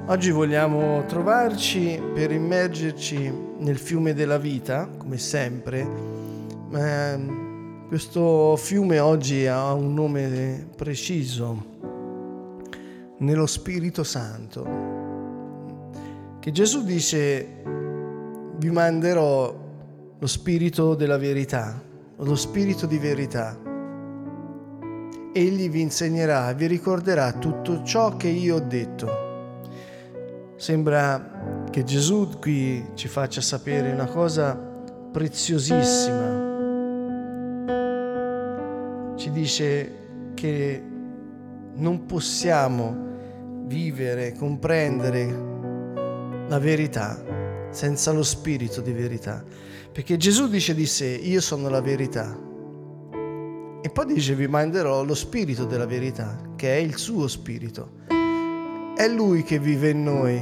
Oggi vogliamo trovarci per immergerci nel fiume della vita, come sempre. Questo fiume oggi ha un nome preciso, nello Spirito Santo, che Gesù dice: vi manderò lo Spirito della verità, lo Spirito di verità. Egli vi insegnerà, vi ricorderà tutto ciò che io ho detto. Sembra che Gesù qui ci faccia sapere una cosa preziosissima. Ci dice che non possiamo vivere, comprendere la verità senza lo Spirito di verità. Perché Gesù dice di sé: io sono la verità. E poi dice: vi manderò lo Spirito della verità, che è il suo Spirito. È Lui che vive in noi.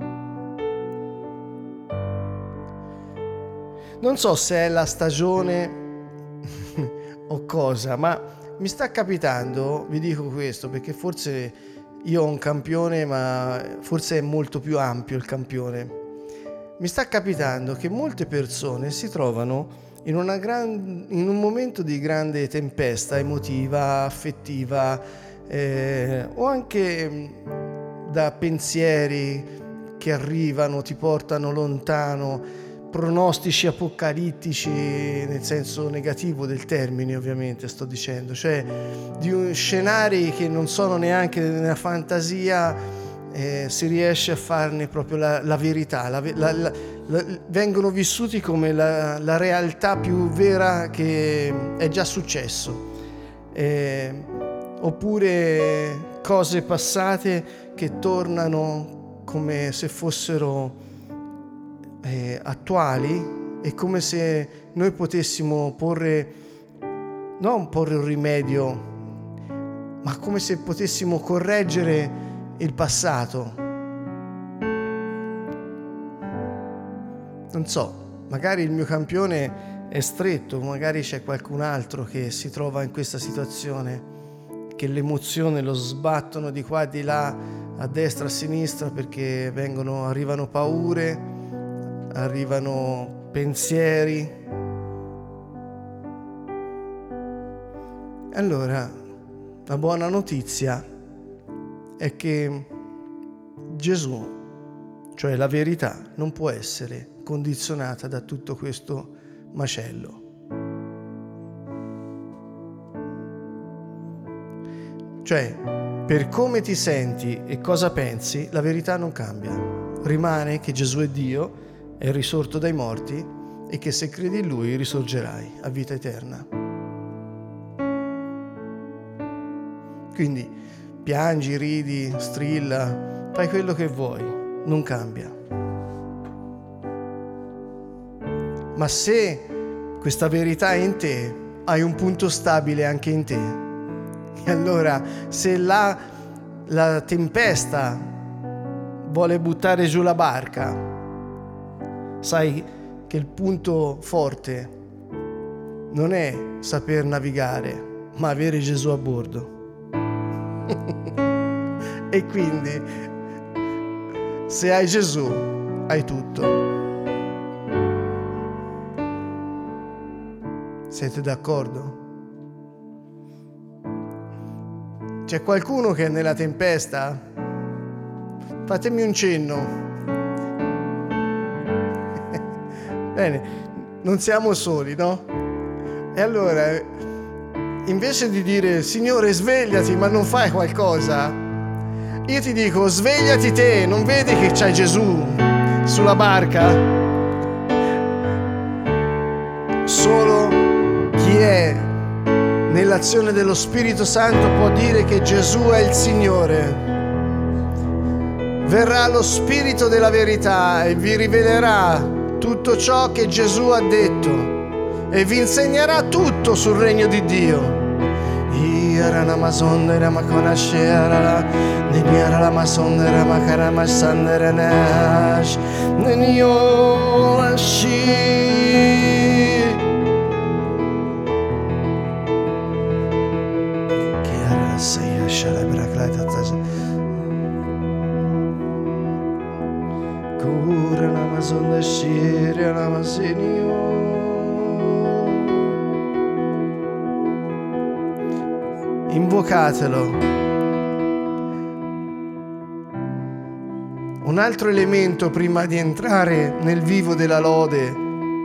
Non so se è la stagione o cosa, ma mi sta capitando, vi dico questo, perché forse io ho un campione, ma forse è molto più ampio il campione. Mi sta capitando che molte persone si trovano in un momento di grande tempesta emotiva, affettiva, o anche da pensieri che arrivano, ti portano lontano, pronostici apocalittici nel senso negativo del termine, ovviamente sto dicendo, cioè di scenari che non sono neanche nella fantasia, si riesce a farne proprio la verità, vengono vissuti come la realtà più vera che è già successo, oppure cose passate che tornano come se fossero attuali, e come se noi potessimo non porre un rimedio, ma come se potessimo correggere il passato. Non so, magari il mio campione è stretto, magari c'è qualcun altro che si trova in questa situazione, che l'emozione lo sbattono di qua e di là, a destra, a sinistra, perché arrivano paure, arrivano pensieri. Allora, la buona notizia è che Gesù, cioè la verità, non può essere condizionata da tutto questo macello. Cioè, per come ti senti e cosa pensi, la verità non cambia. Rimane che Gesù è Dio, è risorto dai morti, e che se credi in Lui risorgerai a vita eterna. Quindi piangi, ridi, strilla, fai quello che vuoi, non cambia. Ma se questa verità è in te, hai un punto stabile anche in te. E allora, se la tempesta vuole buttare giù la barca, sai che il punto forte non è saper navigare, ma avere Gesù a bordo. E quindi, se hai Gesù, hai tutto. Siete d'accordo? C'è qualcuno che è nella tempesta? Fatemi un cenno. Bene, non siamo soli, no? E allora, invece di dire: Signore, svegliati, ma non fai qualcosa, io ti dico: svegliati te, non vedi che c'hai Gesù sulla barca? Solo chi è nell'azione dello Spirito Santo può dire che Gesù è il Signore. Verrà lo Spirito della verità e vi rivelerà tutto ciò che Gesù ha detto e vi insegnerà tutto sul regno di Dio. cura l'Amazon sciere l'Amasenio. Invocatelo. Un altro elemento prima di entrare nel vivo della lode.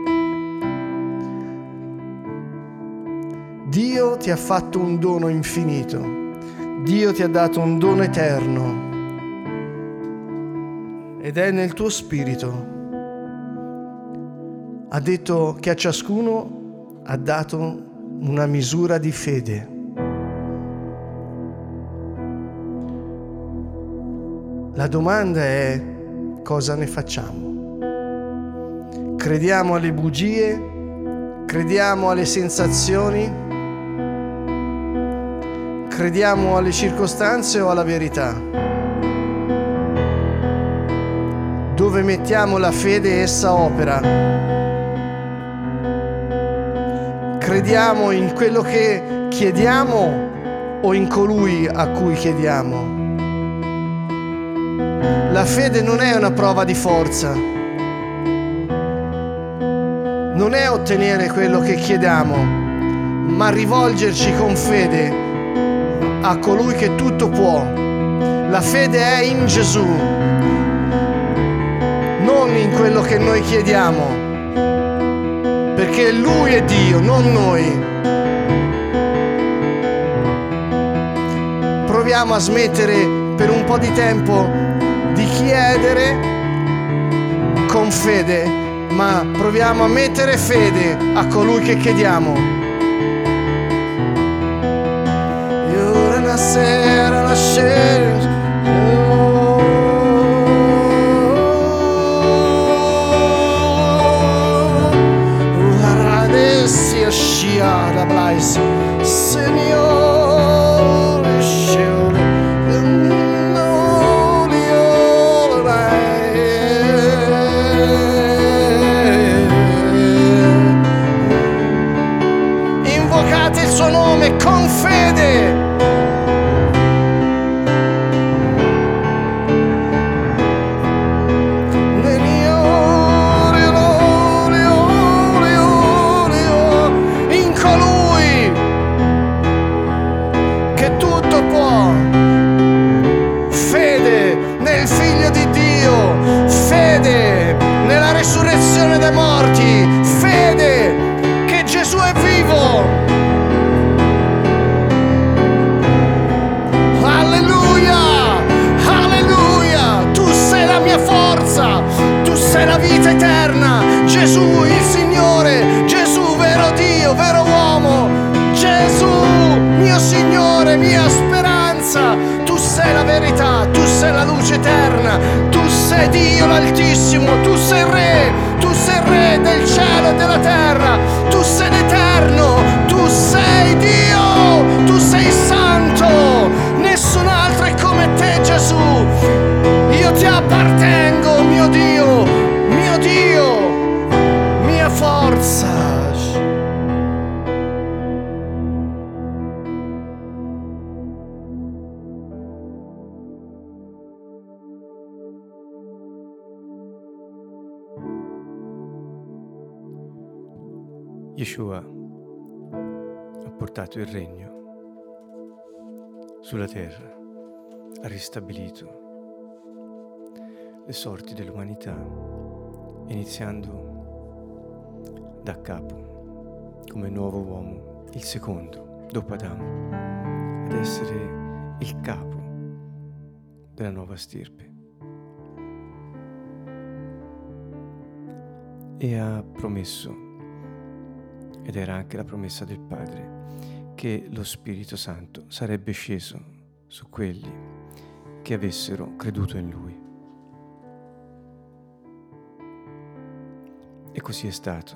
Dio ti ha fatto un dono infinito. Dio ti ha dato un dono eterno. Ed è nel tuo spirito. Ha detto che a ciascuno ha dato una misura di fede. La domanda è: cosa ne facciamo? Crediamo alle bugie? Crediamo alle sensazioni? Crediamo alle circostanze o alla verità? Dove mettiamo la fede, essa opera. Crediamo in quello che chiediamo o in colui a cui chiediamo? La fede non è una prova di forza, non è ottenere quello che chiediamo, ma rivolgerci con fede a colui che tutto può. La fede è in Gesù, non in quello che noi chiediamo, perché Lui è Dio, non noi. Proviamo a smettere per un po' di tempo di chiedere con fede, ma proviamo a mettere fede a colui che chiediamo. Ora una sera nasce adesso scia da blais Signore scel invocate il suo nome con fede. In colui che tutto può. Fede nel Figlio di Dio, fede nella resurrezione dei morti, fede che Gesù è vivo. Alleluia, alleluia, tu sei la mia forza, tu sei la vita eterna, Gesù il Signore, Gesù vero Dio, vero uomo, Gesù mio Signore, mia speranza, tu sei la verità, tu sei la luce eterna, tu sei Dio l'Altissimo, tu sei il Re del cielo e della terra, tu sei l'Eterno, tu sei Dio, tu sei santo, nessun altro è come te Gesù, io ti appartengo mio Dio, mia forza. Yeshua ha portato il regno sulla terra, ha ristabilito le sorti dell'umanità, iniziando da capo, come nuovo uomo, il secondo, dopo Adamo, ad essere il capo della nuova stirpe. E ha promesso, ed era anche la promessa del Padre, che lo Spirito Santo sarebbe sceso su quelli che avessero creduto in Lui. E così è stato.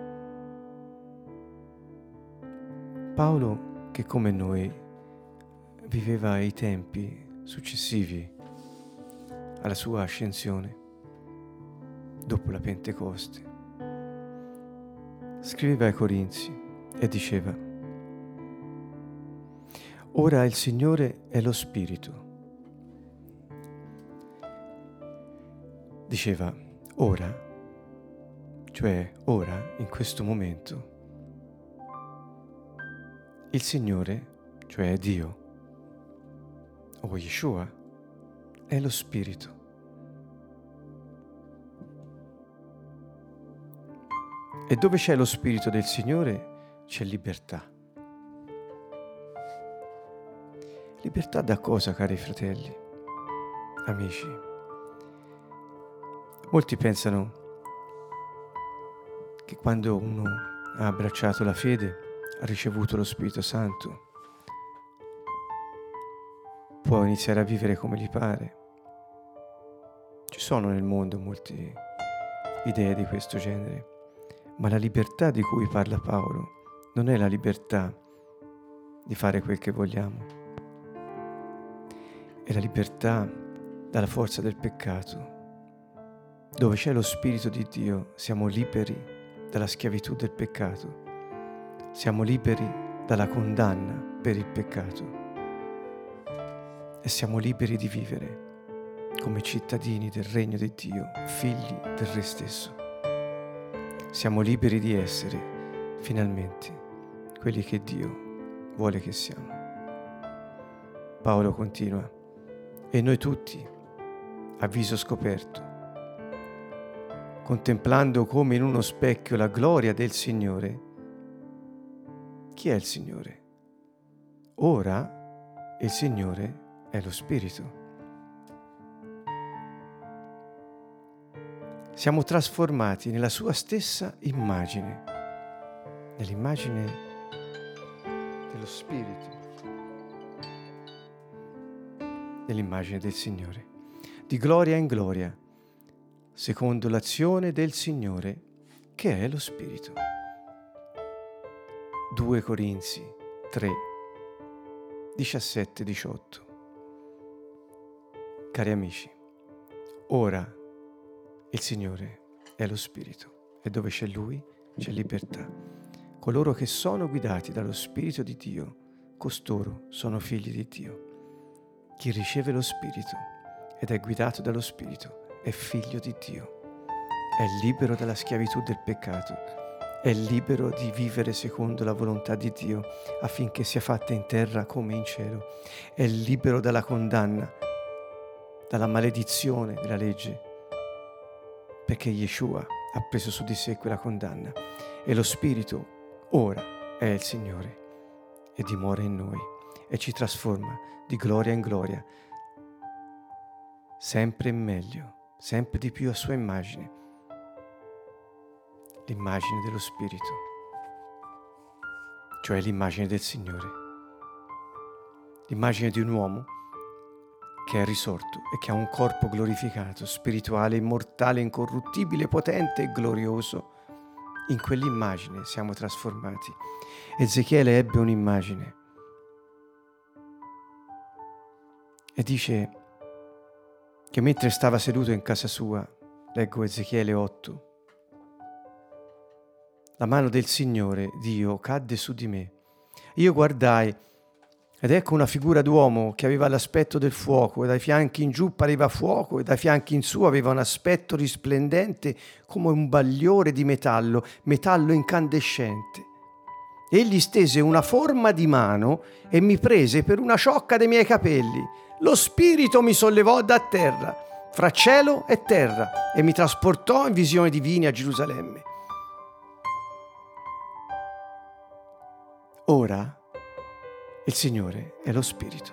Paolo, che come noi viveva i tempi successivi alla sua ascensione, dopo la Pentecoste, scriveva ai Corinzi e diceva: ora il Signore è lo Spirito diceva ora, cioè ora, in questo momento, il Signore, cioè Dio, o Yeshua, è lo Spirito. E dove c'è lo Spirito del Signore c'è libertà. Libertà da cosa, cari fratelli, amici? Molti pensano che quando uno ha abbracciato la fede, ha ricevuto lo Spirito Santo, può iniziare a vivere come gli pare. Ci sono nel mondo molte idee di questo genere, ma la libertà di cui parla Paolo non è la libertà di fare quel che vogliamo, è la libertà dalla forza del peccato. Dove c'è lo Spirito di Dio siamo liberi dalla schiavitù del peccato, siamo liberi dalla condanna per il peccato e siamo liberi di vivere come cittadini del regno di Dio, figli del Re stesso. Siamo liberi di essere finalmente quelli che Dio vuole che siamo. Paolo continua: e noi tutti, a viso scoperto, contemplando come in uno specchio la gloria del Signore. Chi è il Signore? Ora il Signore è lo Spirito. Siamo trasformati nella sua stessa immagine, nell'immagine dello Spirito, nell'immagine del Signore, di gloria in gloria, secondo l'azione del Signore, che è lo Spirito. 2 Corinzi 3, 17-18. Cari amici, ora il Signore è lo Spirito e dove c'è Lui c'è libertà. Coloro che sono guidati dallo Spirito di Dio, costoro sono figli di Dio. Chi riceve lo Spirito ed è guidato dallo Spirito è figlio di Dio, è libero dalla schiavitù del peccato, è libero di vivere secondo la volontà di Dio affinché sia fatta in terra come in cielo, è libero dalla condanna, dalla maledizione della legge, perché Yeshua ha preso su di sé quella condanna e lo Spirito ora è il Signore e dimora in noi e ci trasforma di gloria in gloria, sempre in meglio, sempre di più a sua immagine, l'immagine dello Spirito, cioè l'immagine del Signore, l'immagine di un uomo che è risorto e che ha un corpo glorificato, spirituale, immortale, incorruttibile, potente e glorioso. In quell'immagine siamo trasformati. Ezechiele ebbe un'immagine e dice che mentre stava seduto in casa sua, leggo Ezechiele 8, la mano del Signore, Dio, cadde su di me. Io guardai ed ecco una figura d'uomo che aveva l'aspetto del fuoco, e dai fianchi in giù pareva fuoco, e dai fianchi in su aveva un aspetto risplendente come un bagliore di metallo, metallo incandescente. Egli stese una forma di mano e mi prese per una ciocca dei miei capelli. Lo Spirito mi sollevò da terra, fra cielo e terra, e mi trasportò in visione divine a Gerusalemme. Ora il Signore è lo Spirito.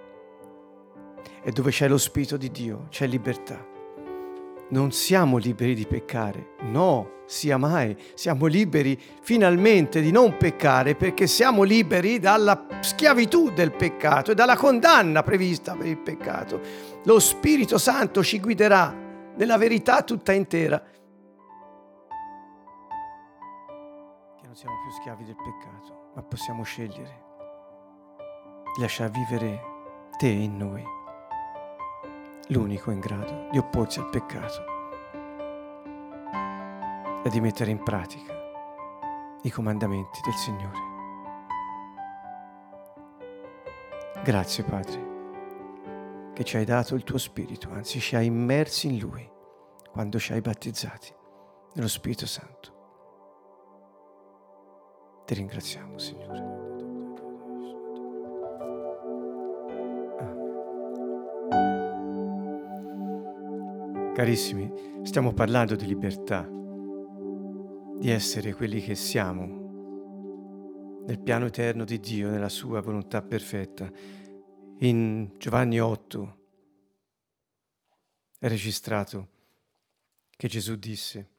E dove c'è lo Spirito di Dio c'è libertà. Non siamo liberi di peccare, no, sia mai. Siamo liberi finalmente di non peccare perché siamo liberi dalla schiavitù del peccato e dalla condanna prevista per il peccato. Lo Spirito Santo ci guiderà nella verità tutta intera. Che non siamo più schiavi del peccato, ma possiamo scegliere di lasciar vivere te in noi, l'unico in grado di opporsi al peccato e di mettere in pratica i comandamenti del Signore. Grazie Padre che ci hai dato il tuo Spirito, anzi ci hai immersi in Lui quando ci hai battezzati nello Spirito Santo. Ti ringraziamo, Signore. Carissimi, stiamo parlando di libertà, di essere quelli che siamo nel piano eterno di Dio, nella sua volontà perfetta. In Giovanni 8 è registrato che Gesù disse: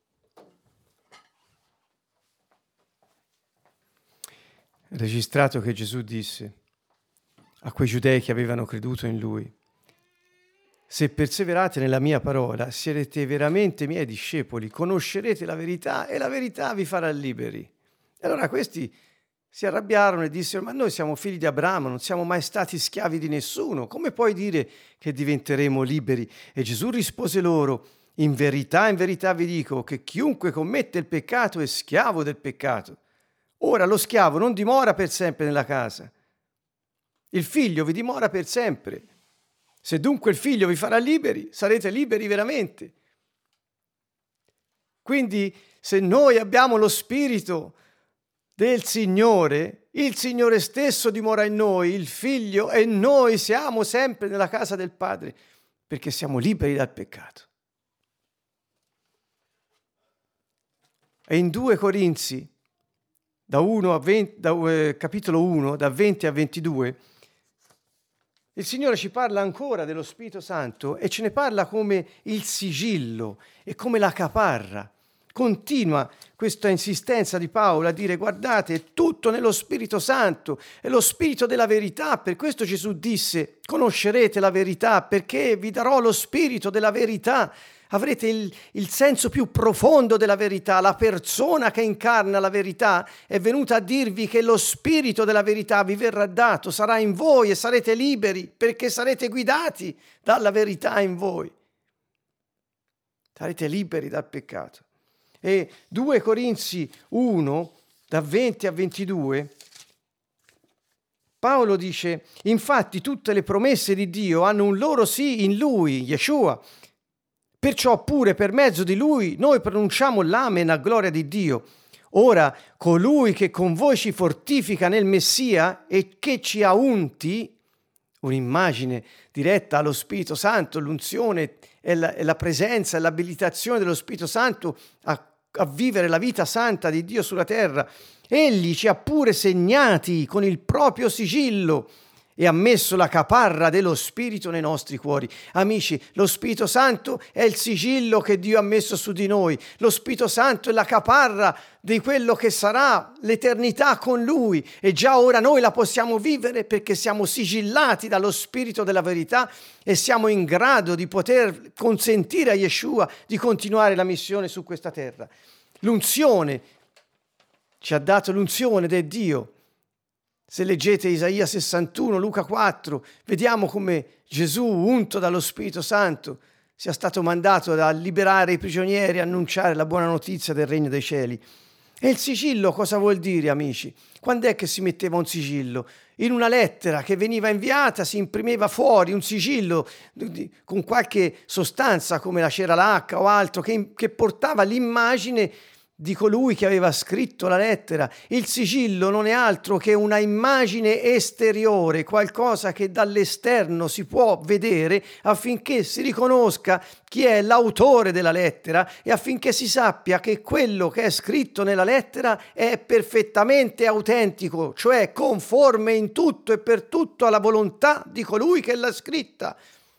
a quei giudei che avevano creduto in Lui: se perseverate nella mia parola, sarete veramente miei discepoli, conoscerete la verità e la verità vi farà liberi. E allora questi si arrabbiarono e dissero: ma noi siamo figli di Abramo, non siamo mai stati schiavi di nessuno, come puoi dire che diventeremo liberi? E Gesù rispose loro: in verità vi dico che chiunque commette il peccato è schiavo del peccato. Ora lo schiavo non dimora per sempre nella casa, il figlio vi dimora per sempre. Se dunque il figlio vi farà liberi, sarete liberi veramente. Quindi se noi abbiamo lo spirito del Signore, il Signore stesso dimora in noi, il figlio, e noi siamo sempre nella casa del Padre, perché siamo liberi dal peccato. E in 2 Corinzi, capitolo 1, da 20 a 22, il Signore ci parla ancora dello Spirito Santo e ce ne parla come il sigillo e come la caparra. Continua questa insistenza di Paolo a dire: guardate, è tutto nello Spirito Santo, è lo Spirito della verità. Per questo Gesù disse: conoscerete la verità, perché vi darò lo Spirito della verità. Avrete il senso più profondo della verità. La persona che incarna la verità è venuta a dirvi che lo Spirito della verità vi verrà dato, sarà in voi e sarete liberi, perché sarete guidati dalla verità in voi. Sarete liberi dal peccato. E 2 Corinzi 1, da 20 a 22, Paolo dice: infatti tutte le promesse di Dio hanno un loro sì in Lui, Yeshua. Perciò pure per mezzo di Lui noi pronunciamo l'Amen a gloria di Dio. Ora, colui che con voi ci fortifica nel Messia e che ci ha unti, un'immagine diretta allo Spirito Santo, l'unzione e la presenza e l'abilitazione dello Spirito Santo a vivere la vita santa di Dio sulla terra, egli ci ha pure segnati con il proprio sigillo e ha messo la caparra dello Spirito nei nostri cuori. Amici, lo Spirito Santo è il sigillo che Dio ha messo su di noi. Lo Spirito Santo è la caparra di quello che sarà l'eternità con Lui, e già ora noi la possiamo vivere perché siamo sigillati dallo Spirito della verità e siamo in grado di poter consentire a Yeshua di continuare la missione su questa terra. L'unzione, ci ha dato l'unzione del Dio. Se leggete Isaia 61, Luca 4, vediamo come Gesù, unto dallo Spirito Santo, sia stato mandato a liberare i prigionieri e annunciare la buona notizia del regno dei cieli. E il sigillo cosa vuol dire, amici? Quando è che si metteva un sigillo? In una lettera che veniva inviata si imprimeva fuori un sigillo con qualche sostanza come la cera lacca o altro che portava l'immagine di colui che aveva scritto la lettera. Il sigillo non è altro che una immagine esteriore, qualcosa che dall'esterno si può vedere affinché si riconosca chi è l'autore della lettera e affinché si sappia che quello che è scritto nella lettera è perfettamente autentico, cioè conforme in tutto e per tutto alla volontà di colui che l'ha scritta.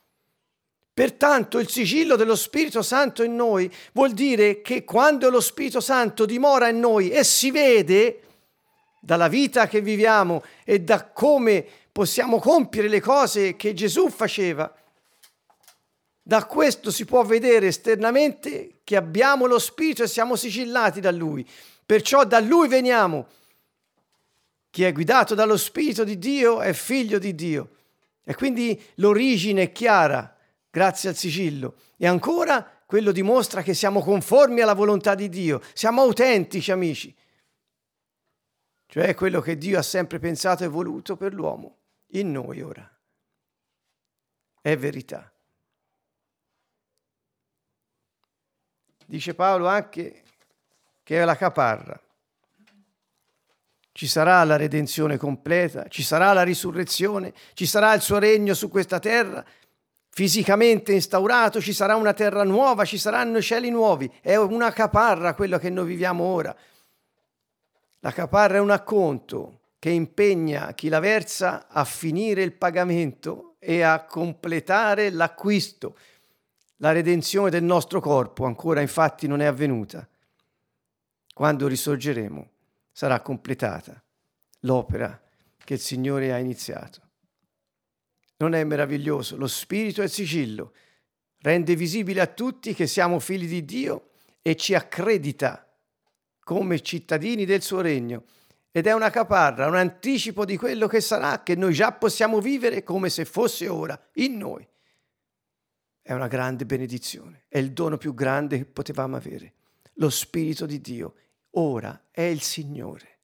Pertanto il sigillo dello Spirito Santo in noi vuol dire che quando lo Spirito Santo dimora in noi e si vede dalla vita che viviamo e da come possiamo compiere le cose che Gesù faceva, da questo si può vedere esternamente che abbiamo lo Spirito e siamo sigillati da Lui. Perciò da Lui veniamo. Chi è guidato dallo Spirito di Dio è figlio di Dio. E quindi l'origine è chiara. Grazie al sigillo. E ancora quello dimostra che siamo conformi alla volontà di Dio, siamo autentici, amici. Cioè quello che Dio ha sempre pensato e voluto per l'uomo, in noi ora. È verità. dice Paolo anche che è la caparra. Ci sarà la redenzione completa, ci sarà la risurrezione, ci sarà il suo regno su questa terra, fisicamente instaurato, ci sarà una terra nuova, ci saranno cieli nuovi. È una caparra quello che noi viviamo ora. La caparra è un acconto che impegna chi la versa a finire il pagamento e a completare l'acquisto. La redenzione del nostro corpo ancora infatti non è avvenuta. Quando risorgeremo sarà completata l'opera che il Signore ha iniziato. Non è meraviglioso? Lo Spirito è il sigillo, rende visibile a tutti che siamo figli di Dio e ci accredita come cittadini del suo regno. Ed è una caparra, un anticipo di quello che sarà, che noi già possiamo vivere come se fosse ora in noi. È una grande benedizione, è il dono più grande che potevamo avere. Lo Spirito di Dio ora è il Signore.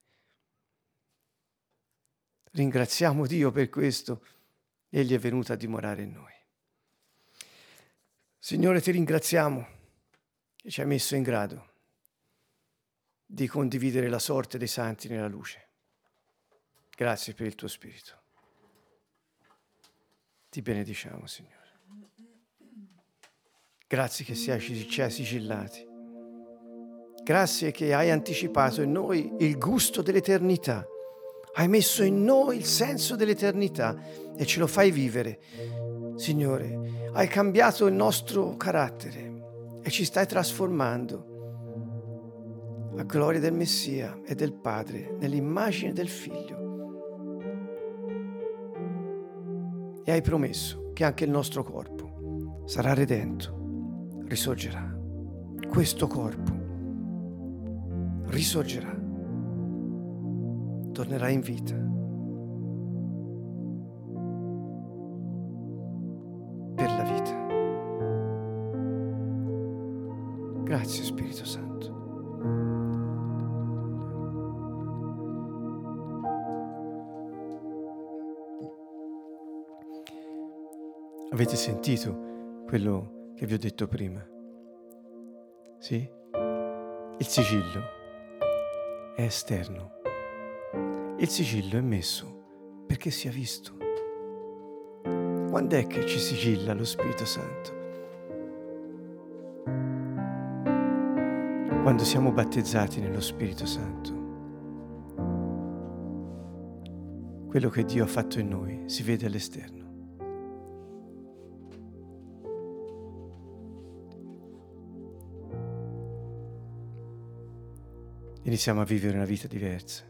Ringraziamo Dio per questo. Egli è venuto a dimorare in noi. Signore, ti ringraziamo che ci hai messo in grado di condividere la sorte dei santi nella luce. Grazie per il tuo Spirito. Ti benediciamo, Signore. Grazie che ci hai sigillati. Grazie che hai anticipato in noi il gusto dell'eternità. Hai messo in noi il senso dell'eternità e ce lo fai vivere. Signore, hai cambiato il nostro carattere e ci stai trasformando a gloria del Messia e del Padre, nell'immagine del Figlio. E hai promesso che anche il nostro corpo sarà redento, risorgerà. Questo corpo risorgerà, tornerà in vita. Per la vita. Grazie Spirito Santo. Avete sentito quello che vi ho detto prima? Sì? Il sigillo è esterno. Il sigillo è messo perché sia visto. Quando è che ci sigilla lo Spirito Santo? Quando siamo battezzati nello Spirito Santo. Quello che Dio ha fatto in noi si vede all'esterno. Iniziamo a vivere una vita diversa,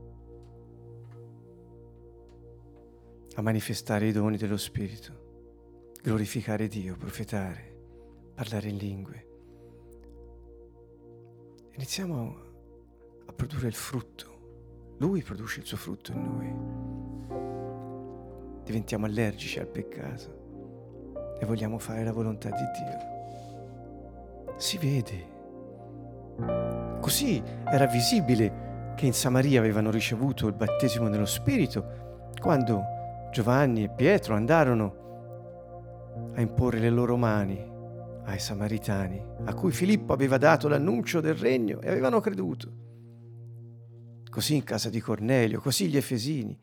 a manifestare i doni dello Spirito, glorificare Dio, profetare, parlare in lingue. Iniziamo a produrre il frutto. Lui produce il suo frutto in noi. Diventiamo allergici al peccato e vogliamo fare la volontà di Dio. Si vede. Così era visibile che in Samaria avevano ricevuto il battesimo nello Spirito quando Giovanni e Pietro andarono a imporre le loro mani ai Samaritani, a cui Filippo aveva dato l'annuncio del regno e avevano creduto. Così in casa di Cornelio, così gli Efesini.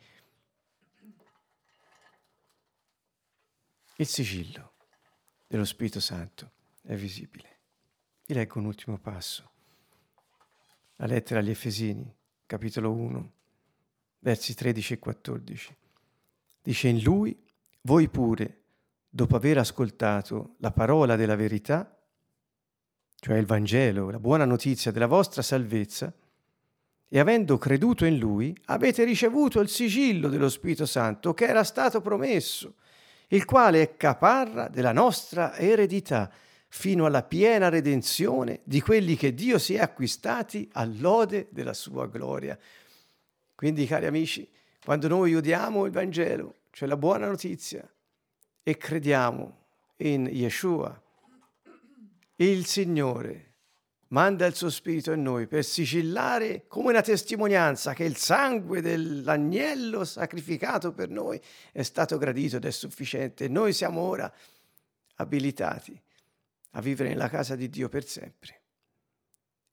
Il sigillo dello Spirito Santo è visibile. Vi leggo un ultimo passo. La lettera agli Efesini, capitolo 1, versi 13 e 14. Dice: in Lui, voi pure, dopo aver ascoltato la parola della verità, cioè il Vangelo, la buona notizia della vostra salvezza, e avendo creduto in Lui, avete ricevuto il sigillo dello Spirito Santo che era stato promesso, il quale è caparra della nostra eredità, fino alla piena redenzione di quelli che Dio si è acquistati all'ode della sua gloria. Quindi, cari amici, quando noi udiamo il Vangelo, cioè la buona notizia, e crediamo in Yeshua, il Signore manda il suo Spirito in noi per sigillare come una testimonianza che il sangue dell'agnello sacrificato per noi è stato gradito ed è sufficiente. Noi siamo ora abilitati a vivere nella casa di Dio per sempre.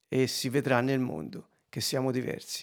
e si vedrà nel mondo che siamo diversi.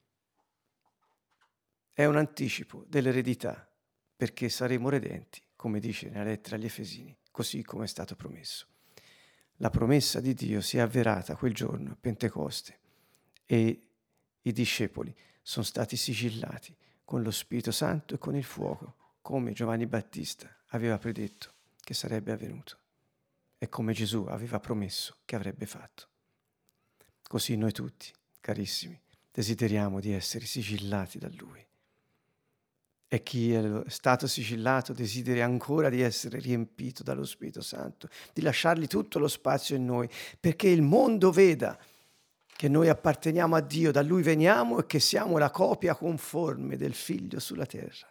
È un anticipo dell'eredità, perché saremo redenti, come dice nella lettera agli Efesini, così come è stato promesso. La promessa di Dio si è avverata quel giorno a Pentecoste e i discepoli sono stati sigillati con lo Spirito Santo e con il fuoco, come Giovanni Battista aveva predetto che sarebbe avvenuto e come Gesù aveva promesso che avrebbe fatto. Così noi tutti, carissimi, desideriamo di essere sigillati da Lui. E chi è stato sigillato desidera ancora di essere riempito dallo Spirito Santo, di lasciargli tutto lo spazio in noi, perché il mondo veda che noi apparteniamo a Dio, da Lui veniamo e che siamo la copia conforme del Figlio sulla terra.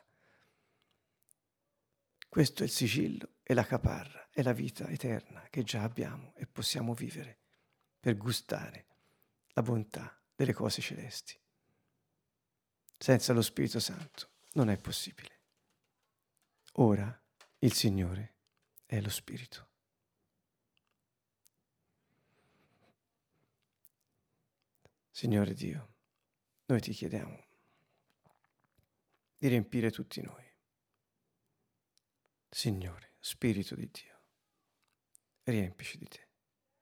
Questo è il sigillo e la caparra, è la vita eterna che già abbiamo e possiamo vivere per gustare la bontà delle cose celesti. Senza lo Spirito Santo non è possibile. Ora il Signore è lo Spirito. Signore Dio, noi ti chiediamo di riempire tutti noi. Signore, Spirito di Dio, riempici di te.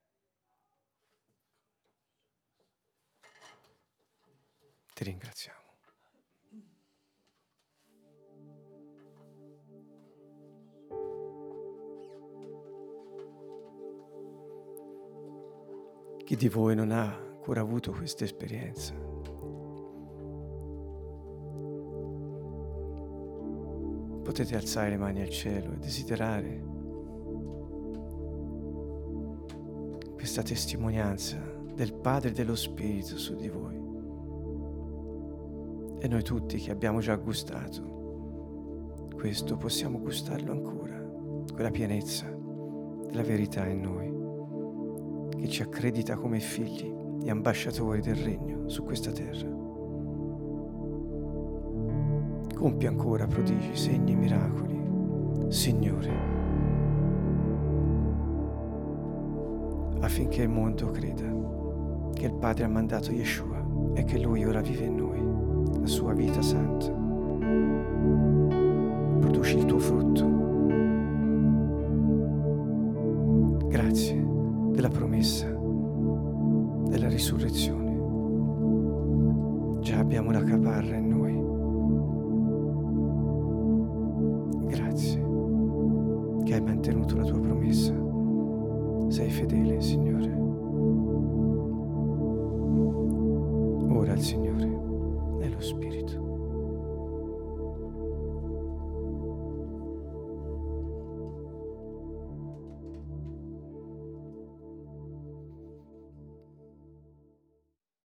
Ti ringraziamo. Chi di voi non ha ancora avuto questa esperienza? Potete alzare le mani al cielo e desiderare questa testimonianza del Padre e dello Spirito su di voi. E noi tutti che abbiamo già gustato questo possiamo gustarlo ancora, quella pienezza della verità in noi che ci accredita come figli e ambasciatori del regno su questa terra. Compie ancora prodigi, segni e miracoli, Signore, affinché il mondo creda che il Padre ha mandato Yeshua e che Lui ora vive in noi, la sua vita santa. Produci il tuo frutto. Grazie della promessa della risurrezione. Già abbiamo la caparra in noi. Grazie che hai mantenuto la tua promessa. Sei fedele, Signore.